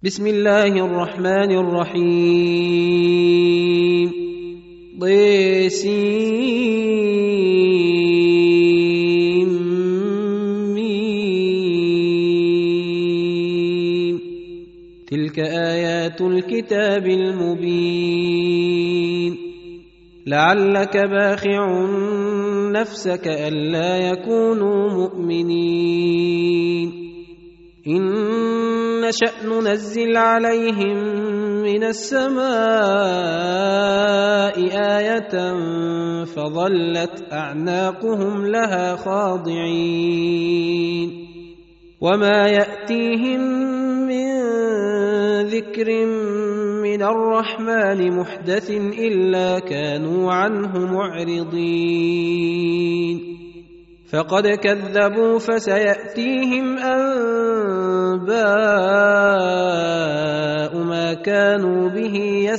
بسم الله الرحمن الرحيم ضيسيم تلك آيات الكتاب المبين لعلك باخع نفسك ألا يكونوا مؤمنين إن نشأ ننزل عليهم من السماء آية فظلت أعناقهم لها خاضعين وما يأتيهم من ذكر من الرحمن محدث إلا كانوا عنه معرضين فقد كذبوا فسيأتيهم أنباء ما كانوا به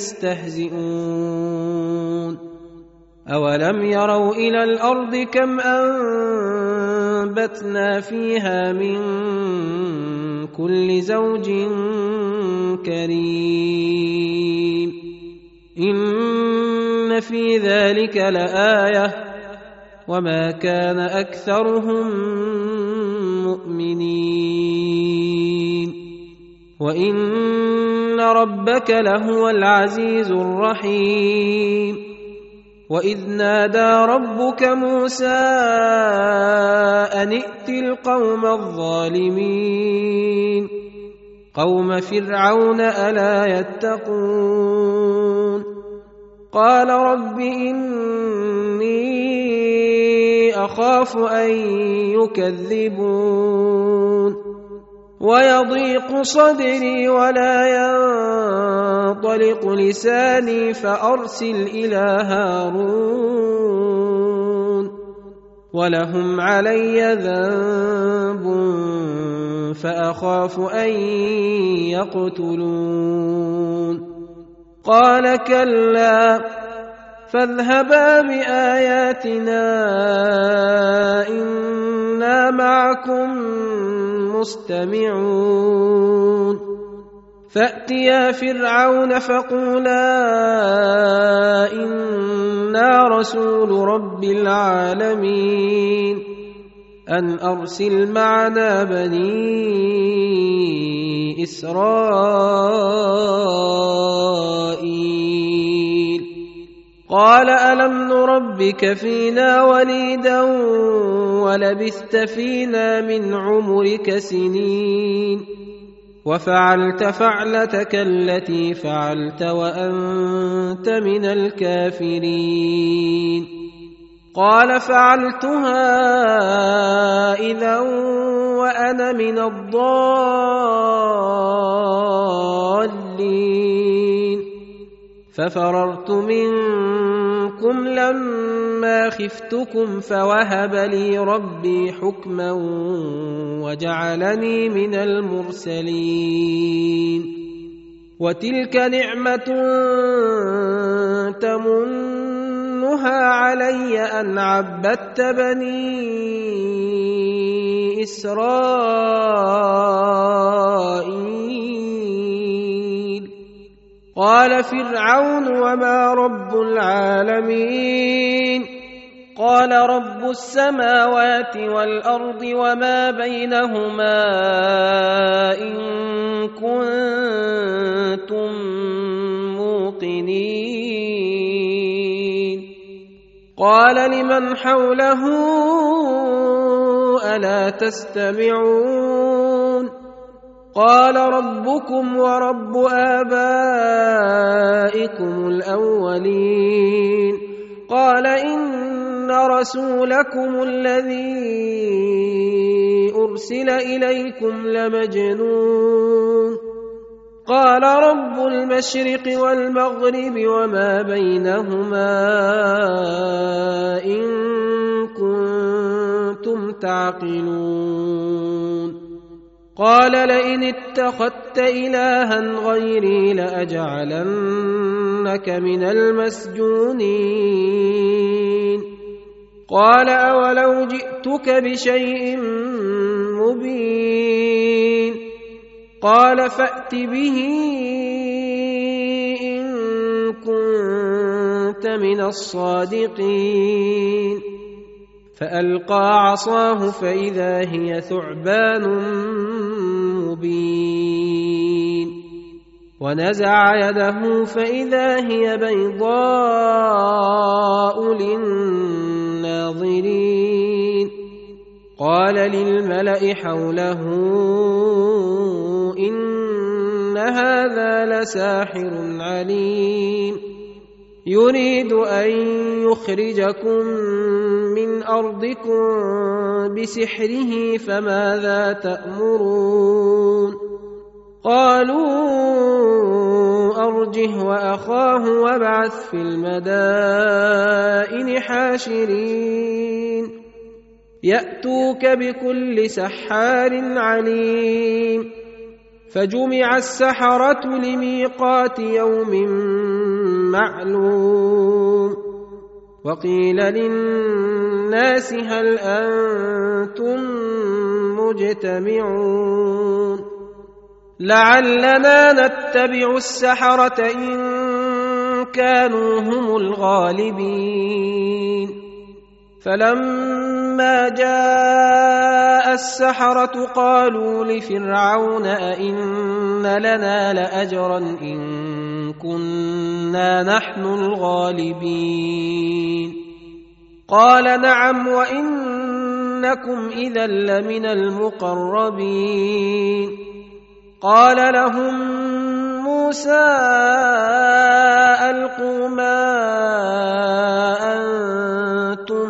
يستهزئون أولم يروا إلى الأرض كم أنبتنا فيها من كل زوج كريم إن في ذلك لآية وما كان أكثرهم مؤمنين وإن ربك لهو العزيز الرحيم وإذ نادى ربك موسى أن ائت القوم الظالمين قوم فرعون ألا يتقون قال رب إني أخاف أن يكذبون ويضيق صدري ولا ينطلق لساني فأرسل إلى هارون ولهم علي ذنب فأخاف أن يقتلون قال كلا فاذهبا بآياتنا إنا معكم مستمعون فأتيا فرعون فقولا إنا رسول رب العالمين أن أرسل معنا بني إسرائيل قال ألم نربك فينا وليدا ولبثت فينا من عمرك سنين وفعلت فعلتك التي فعلت وأنت من الكافرين قال فعلتها إذا وأنا من الضالين ففررت منكم لما خفتكم فوهب لي ربي حكما وجعلني من المرسلين وتلك نعمة تمنها علي أن عبدت بني إسرائيل قال فرعون وما رب العالمين قال رب السماوات والأرض وما بينهما إن كنتم موقنين قال لمن حوله ألا تستمعون قال ربكم ورب آبائكم الأولين قال إن رسولكم الذي أرسل إليكم لمجنون قال رب المشرق والمغرب وما بينهما إن كنتم تعقلون قال لئن اتخذت إلها غيري لأجعلنك من المسجونين قال أولو جئتك بشيء مبين قال فأت به إن كنت من الصادقين فألقى عصاه فإذا هي ثعبان مبين ونزع يده فإذا هي بيضاء للناظرين قال للملأ حوله إن هذا لساحر عليم يريد أن يخرجكم من أرضكم بسحره فماذا تأمرون قالوا أرجه وأخاه وابعث في المدائن حاشرين يأتوك بكل سحار عليم فجمع السحرة لميقات يوم معلوم وقيل للناس هل أنتم مجتمعون لعلنا نتبع السحرة إن كانوا هم الغالبين فلما جاء السحرة قالوا لفرعون أئن لنا لأجرا إن كنا نحن الغالبين قال نعم وإنكم إذا لمن المقربين قال لهم موسى ألقوا ما أنتم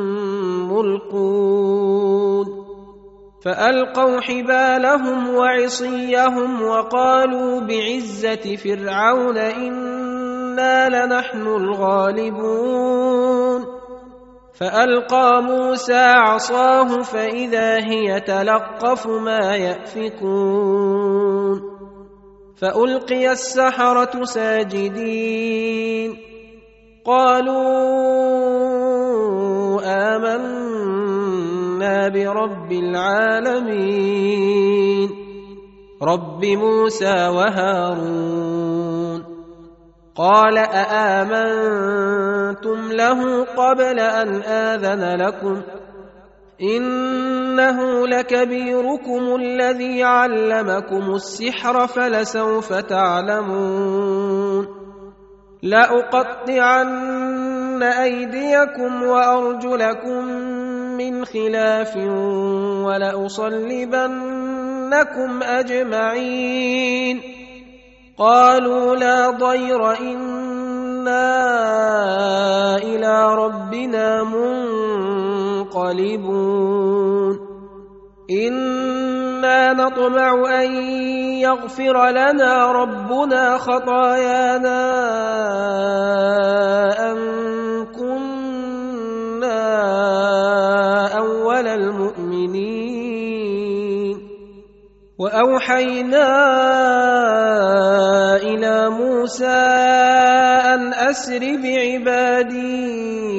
ملقون فألقوا حبالهم وعصيهم وقالوا بعزة فرعون إنا لنحن الغالبون فألقى موسى عصاه فإذا هي تلقف ما يأفكون فألقي السحرة ساجدين قالوا آمنا برب العالمين رب موسى وهارون قال أآمنتم له قبل أن آذن لكم إنه لكبيركم الذي علمكم السحر فلسوف تعلمون لأقطعن أيديكم وأرجلكم من خلاف ولأصلبنكم أجمعين قالوا لا ضير إنا إلى ربنا منقلبون إنا نطمع أن يغفر لنا ربنا خطايانا أن كنا أول المؤمنين وأوحينا إلى موسى أن أسر بعبادي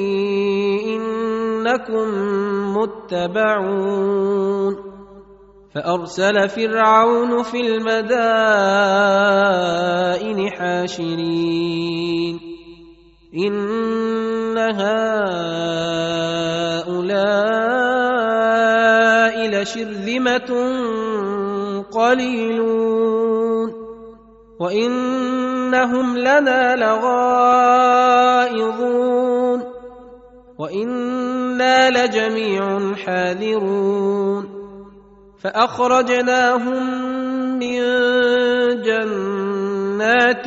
إنكم متبعون فأرسل فرعون في المدائن حاشرين إن هؤلاء لشرذمة قليلون وإنهم لنا لغائظون وإنا لجميع حاذرون فأخرجناهم من جنات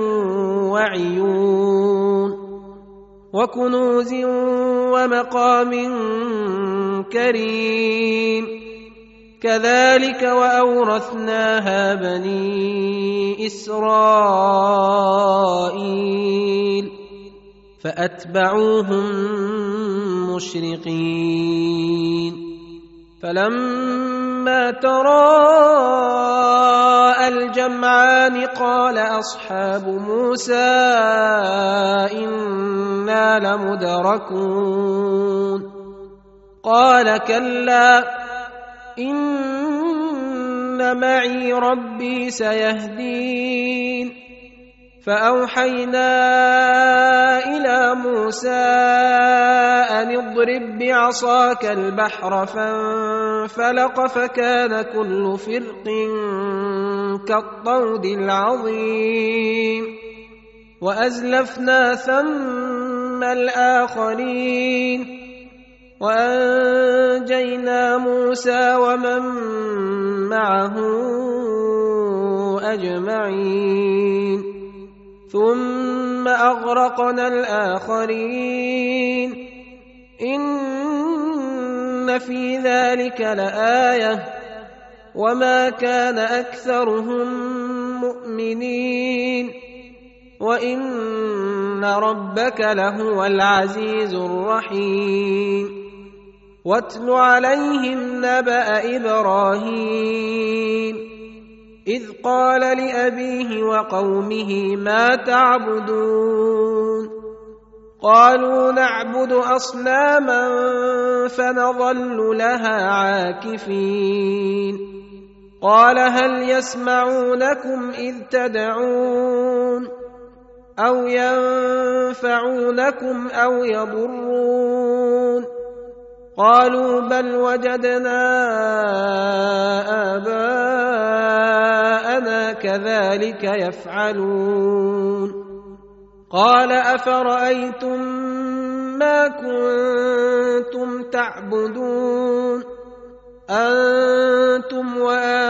وعيون وكنوز ومقام كريم كذلك وأورثناها بني إسرائيل فأتبعوهم مشرقين فلما تراءى الجمعان قال أصحاب موسى إنا لمدركون قال كلا إن إن معي ربي سيهدين فأوحينا إلى موسى أن اضرب بعصاك البحر فانفلق فكان كل فرق كالطود العظيم وأزلفنا ثم الآخرين وأنجينا موسى ومن معه أجمعين ثم أغرقنا الآخرين إن في ذلك لآية وما كان أكثرهم مؤمنين وإن ربك لهو العزيز الرحيم واتل عليهم نبأ إبراهيم إذ قال لأبيه وقومه ما تعبدون قالوا نعبد أصناما فنظل لها عاكفين قال هل يسمعونكم إذ تدعون أو ينفعونكم أو يضرون قالوا بل وجدنا آباءنا كذلك يفعلون قال أفرأيتم ما كنتم تعبدون أنتم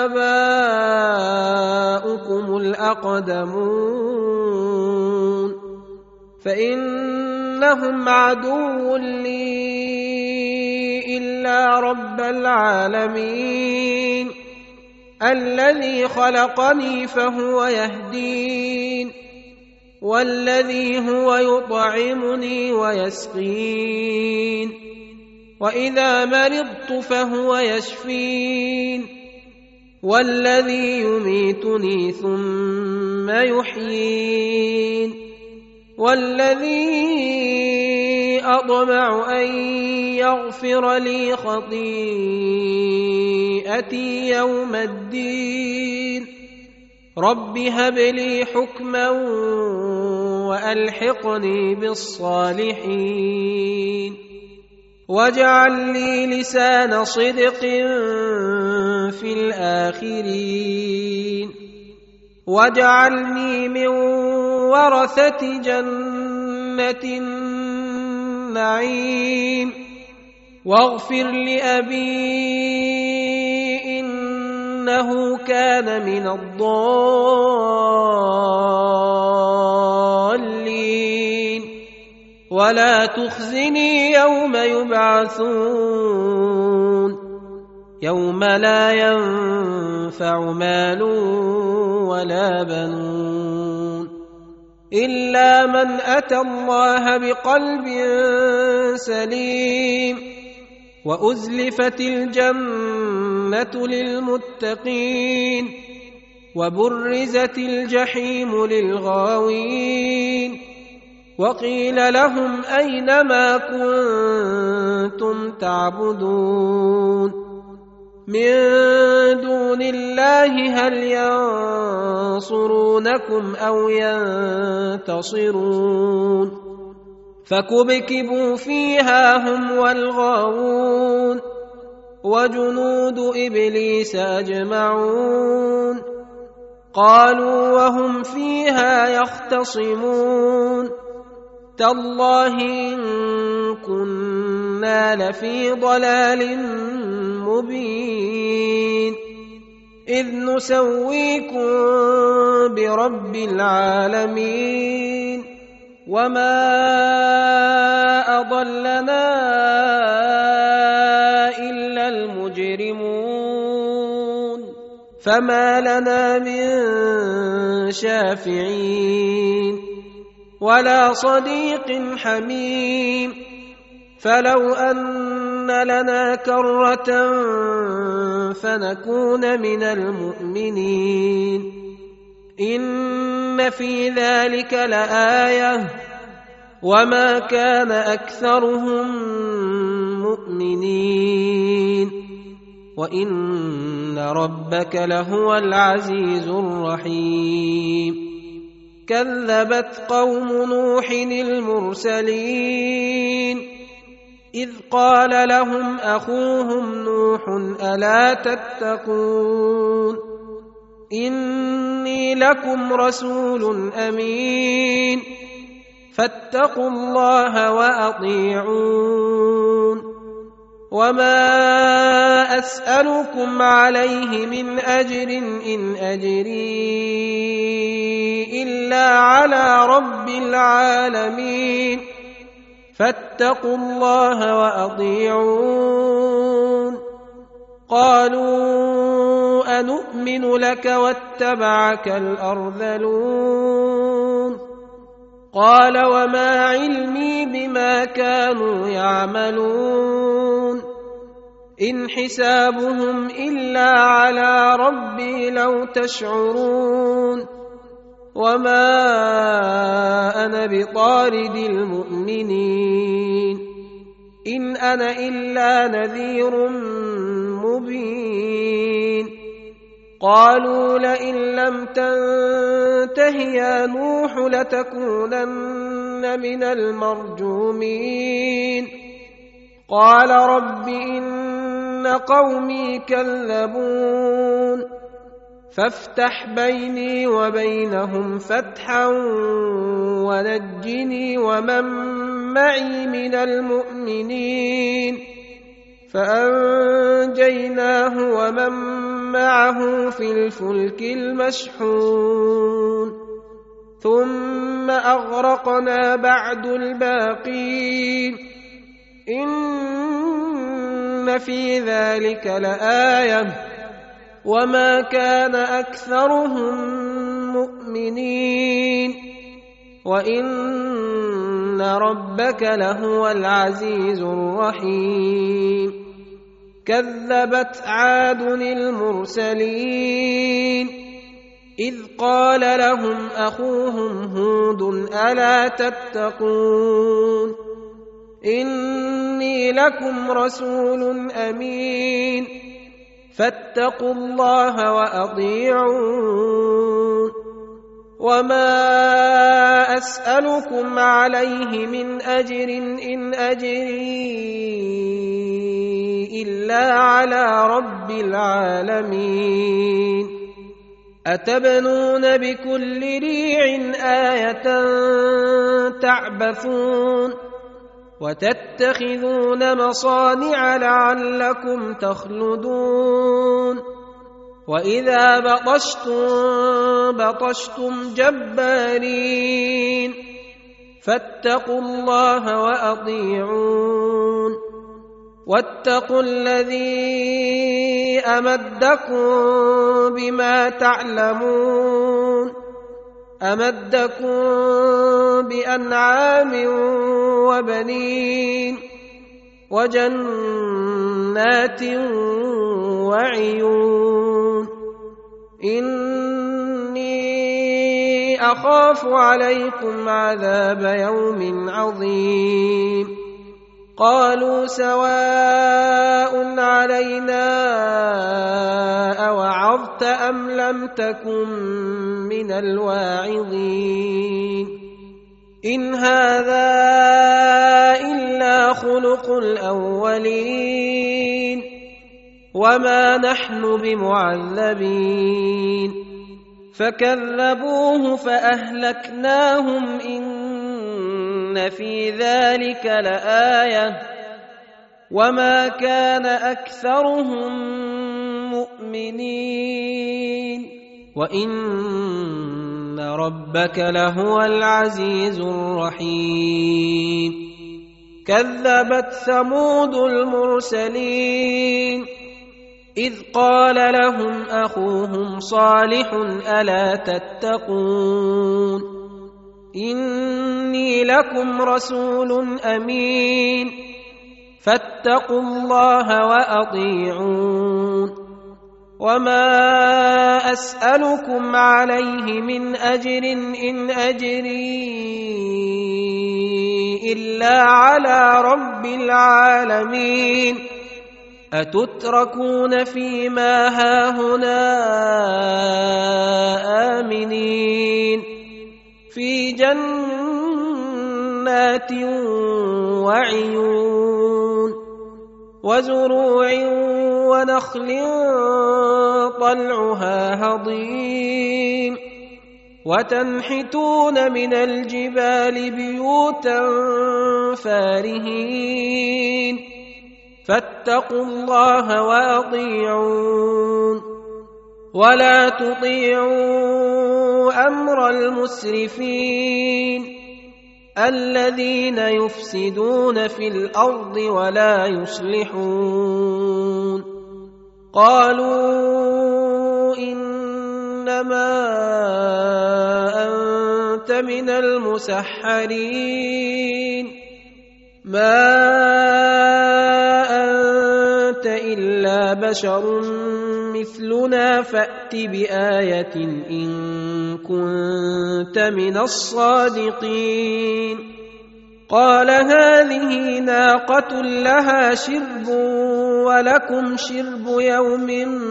وآباؤكم الأقدمون فإنهم عدو لي إلا رب العالمين الذي خلقني فهو يهدين والذي هو يطعمني ويسقين وإذا مرضت فهو يشفين والذي يميتني ثم يحيين والذي أطمع أن يغفر لي خطيئتي يوم الدين رب هب لي حكما وألحقني بالصالحين واجعل لي لسان صدق في الآخرين واجعلني من ورثة جنة النعيم واغفر لأبي إنه كان من الضالين ولا تخزني يوم يبعثون يوم لا ينفع مال ولا بنون إلا من أتى الله بقلب سليم وأزلفت الجنة للمتقين وبرزت الجحيم للغاوين وقيل لهم أين ما كنتم تعبدون من دون الله هل ينصرونكم أو ينتصرون فكبكبوا فيها هم والغاوون وجنود إبليس أجمعون قالوا وهم فيها يختصمون تالله إن كنا لفي ضلال مبين إذ نسويكم برب العالمين وما أضلنا إلا المجرمون فما لنا من شافعين ولا صديق حميم فلو أن لنا كرة فنكون من المؤمنين إن في ذلك لآية وما كان أكثرهم مؤمنين وإن ربك لهو العزيز الرحيم كذبت قوم نوح المرسلين إذ قال لهم أخوهم نوح ألا تتقون إني لكم رسول أمين فاتقوا الله وأطيعون وما أسألكم عليه من أجر إن أجري إلا على رب العالمين فاتقوا الله وأطيعون قالوا أنؤمن لك واتبعك الأرذلون قال وما علمي بما كانوا يعملون إن حسابهم إلا على ربي لو تشعرون وما أنا بطارد المؤمنين إن أنا إلا نذير مبين قالوا لئن لم تنته يا نوح لتكونن من المرجومين قال رب إن قومي كذبون فافتح بيني وبينهم فتحا ونجني ومن معي من المؤمنين فأنجيناه ومن معه في الفلك المشحون ثم أغرقنا بعد الباقين إن في ذلك لآية وما كان أكثرهم مؤمنين وإن ربك لهو العزيز الرحيم كذبت عاد المرسلين إذ قال لهم أخوهم هود ألا تتقون إني لكم رسول أمين فاتقوا الله وأطيعون وما أسألكم عليه من أجر إن أجري إلا على رب العالمين أتبنون بكل ريع آية تعبثون وتتخذون مصانع لعلكم تخلدون وإذا بطشتم جبارين فاتقوا الله وأطيعون واتقوا الذي أمدكم بما تعلمون أمدكم بأنعام وبنين وجنات وعيون إني أخاف عليكم عذاب يوم عظيم قالوا سواء علينا أوعظت أم لم تكن من الواعظين إن هذا إلا خلق الأولين وما نحن بمعذبين فكذبوه فأهلكناهم إن في ذلك لآية وما كان أكثرهم مؤمنين وإن ربك لهو العزيز الرحيم كذبت ثمود المرسلين إذ قال لهم أخوهم صالح ألا تتقون إني لكم رسول أمين فاتقوا الله وأطيعون وما أسألكم عليه من أجر إن أجري إلا على رب العالمين أتتركون فيما هاهنا آمنين في جنات وعيون وزروع ونخل طلعها هضيم وتنحتون من الجبال بيوتا فارهين فاتقوا الله وأطيعون ولا تطيعوا أمر المسرفين الذين يفسدون في الأرض ولا يصلحون قالوا إنما أنت من المسحرين ما أنت إلا بشر مثلنا فأت بآية إن كنت من الصادقين قال هذه ناقة لها شرب ولكم شرب يوم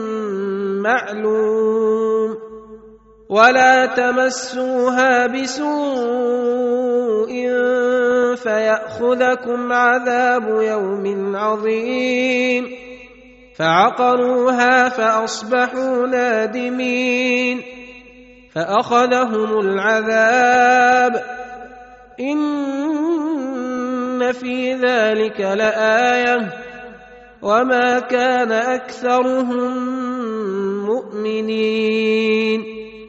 معلوم ولا تمسوها بسوء فيأخذكم عذاب يوم عظيم فعقروها فأصبحوا نادمين فأخذهم العذاب إن في ذلك لآية وما كان أكثرهم مؤمنين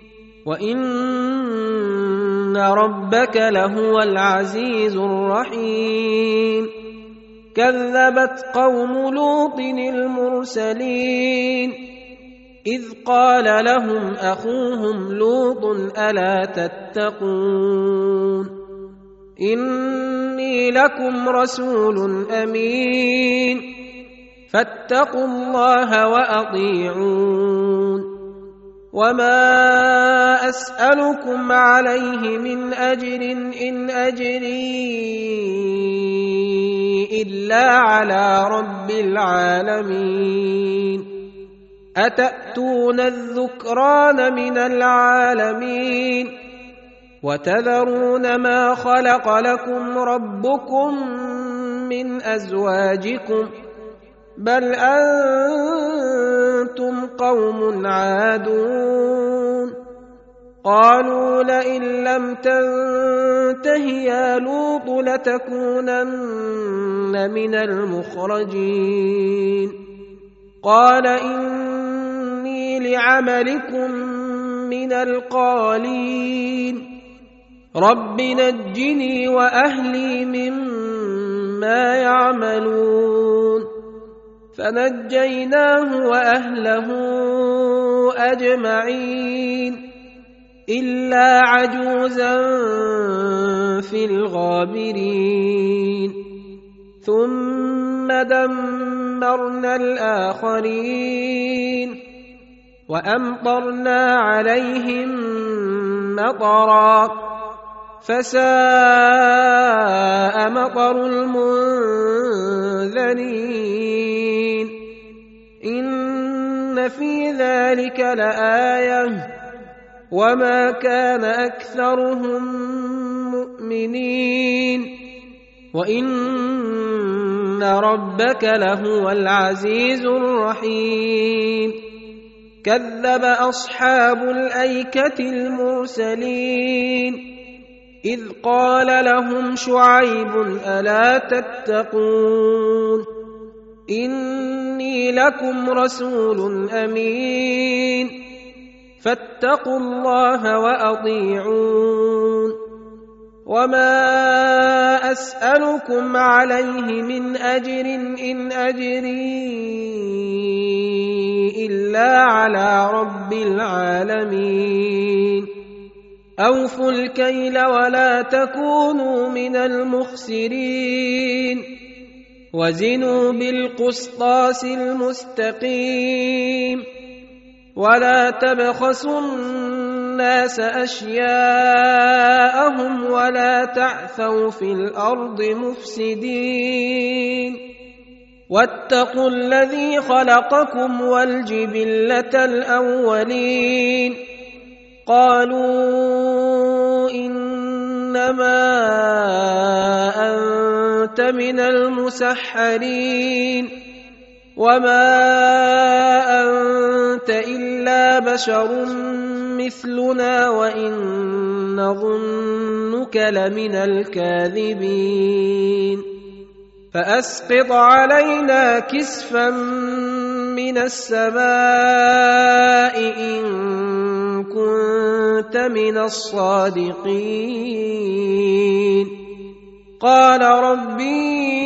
وإن ربك لهو العزيز الرحيم كذبت قوم لوط المرسلين إذ قال لهم أخوهم لوط ألا تتقون إني لكم رسول أمين فاتقوا الله وأطيعون وما أسألكم عليه من أجر إن أجري إلا على رب العالمين أتأتون الذكران من العالمين وتذرون ما خلق لكم ربكم من أزواجكم بل أنتم قوم عادون قالوا لئن لم تنته يا لوط لتكونن من المخرجين قال إني لعملكم من القالين رب نجني وأهلي مما يعملون فنجيناه وأهله أجمعين إلا عجوزا في الغابرين ثم دمرنا الآخرين وأمطرنا عليهم مطرا فساء مطر المنذرين إن في ذلك لآية وما كان أكثرهم مؤمنين وإن ربك لهو العزيز الرحيم كذب أصحاب الأيكة المرسلين إذ قال لهم شعيب ألا تتقون إني لكم رسول أمين فاتقوا الله وأطيعون وما أسألكم عليه من أجر إن أجري إلا على رب العالمين أوفوا الكيل ولا تكونوا من المخسرين وزنوا بالقسطاس المستقيم ولا تبخسوا الناس أشياءهم ولا تعثوا في الأرض مفسدين واتقوا الذي خلقكم والجبلة الأولين قالوا إنما أنت من المسحرين وما أنت إلا بشر مثلنا وإن نظنك لمن الكاذبين فأسقط علينا كسفا من السماء إن كنت من الصادقين قال ربي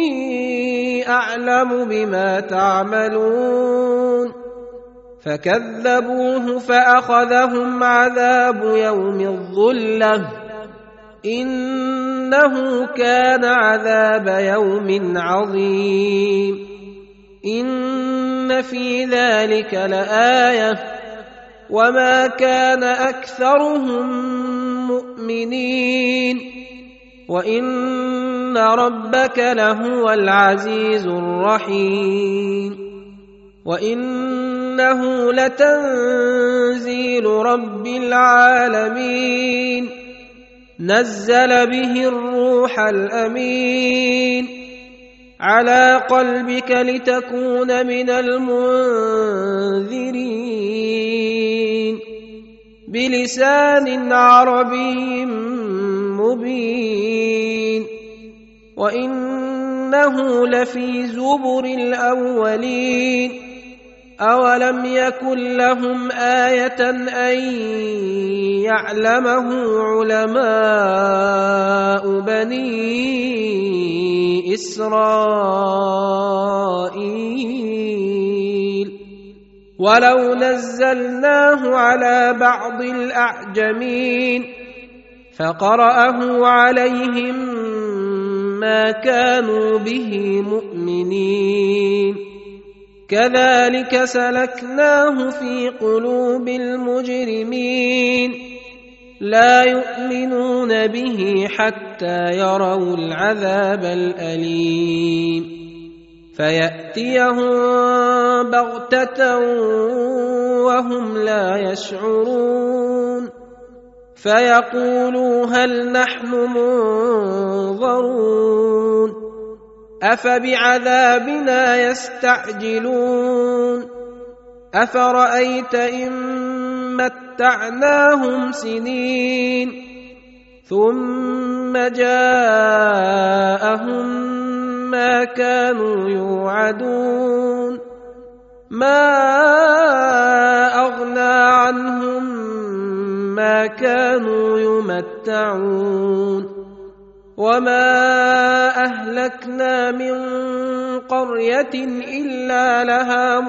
أعلم بما تعملون فكذبوه فأخذهم عذاب يوم الظلة إنه كان عذاب يوم عظيم إن في ذلك لآية وما كان أكثرهم مؤمنين وإن ربك لهو العزيز الرحيم وإنه لتنزيل رب العالمين نزل به الروح الأمين على قلبك لتكون من المنذرين بلسان عربي مبين وإنه لفي زبر الأولين أولم يكن لهم آية أن يعلمه علماء بني إسرائيل ولو نزلناه على بعض الأعجمين فقرأه عليهم ما كانوا به مؤمنين كذلك سلكناه في قلوب المجرمين لا يؤمنون به حتى يروا العذاب الأليم فيأتيهم بغتة وهم لا يشعرون فيقولوا هل نحن منظرون أفبعذابنا يستعجلون أفرأيت إن متعناهم سنين ثم جاءهم ما كانوا يوعدون ما أغنى عنهم ما كانوا يمتعون وما أهلكنا من قرية إلا لها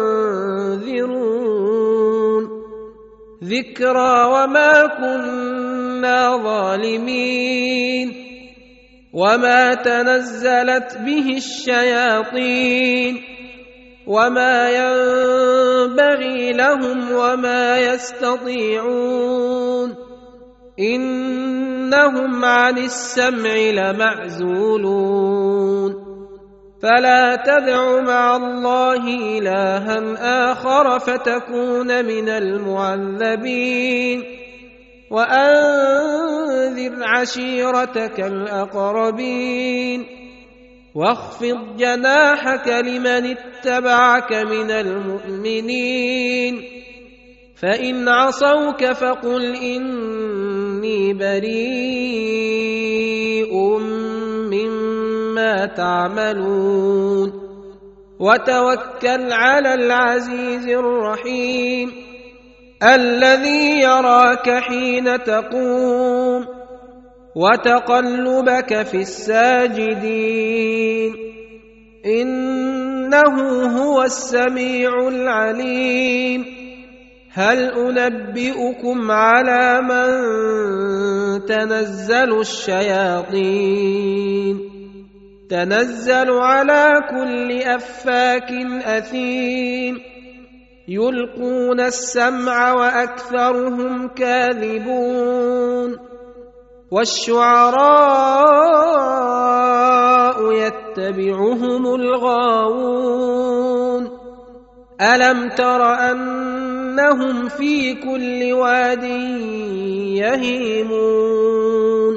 منذرون ذكرى وما كنا ظالمين وما تنزلت به الشياطين وما ينبغي لهم وما يستطيعون إنهم عن السمع لمعزولون فلا تدع مع الله إلها آخر فتكون من المعذبين وأنذر عشيرتك الأقربين واخفض جناحك لمن اتبعك من المؤمنين فإن عصوك فقل إني بريء مما تعملون وتوكل على العزيز الرحيم الذي يراك حين تقوم وتقلبك في الساجدين إنه هو السميع العليم هل أنبئكم على من تنزل الشياطين تنزل على كل أفاك أثيم يلقون السمع وأكثرهم كاذبون والشعراء يتبعهم الغاوون ألم تر أنهم في كل واد يهيمون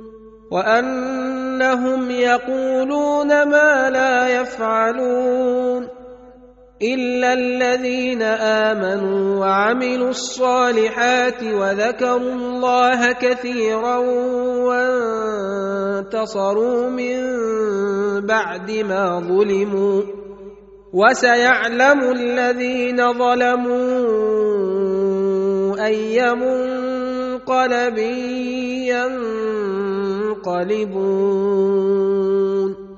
وأنهم يقولون ما لا يفعلون إلا الذين آمنوا وعملوا الصالحات وذكروا الله كثيرا وانتصروا من بعد ما ظلموا وسيعلم الذين ظلموا أي منقلب ينقلبون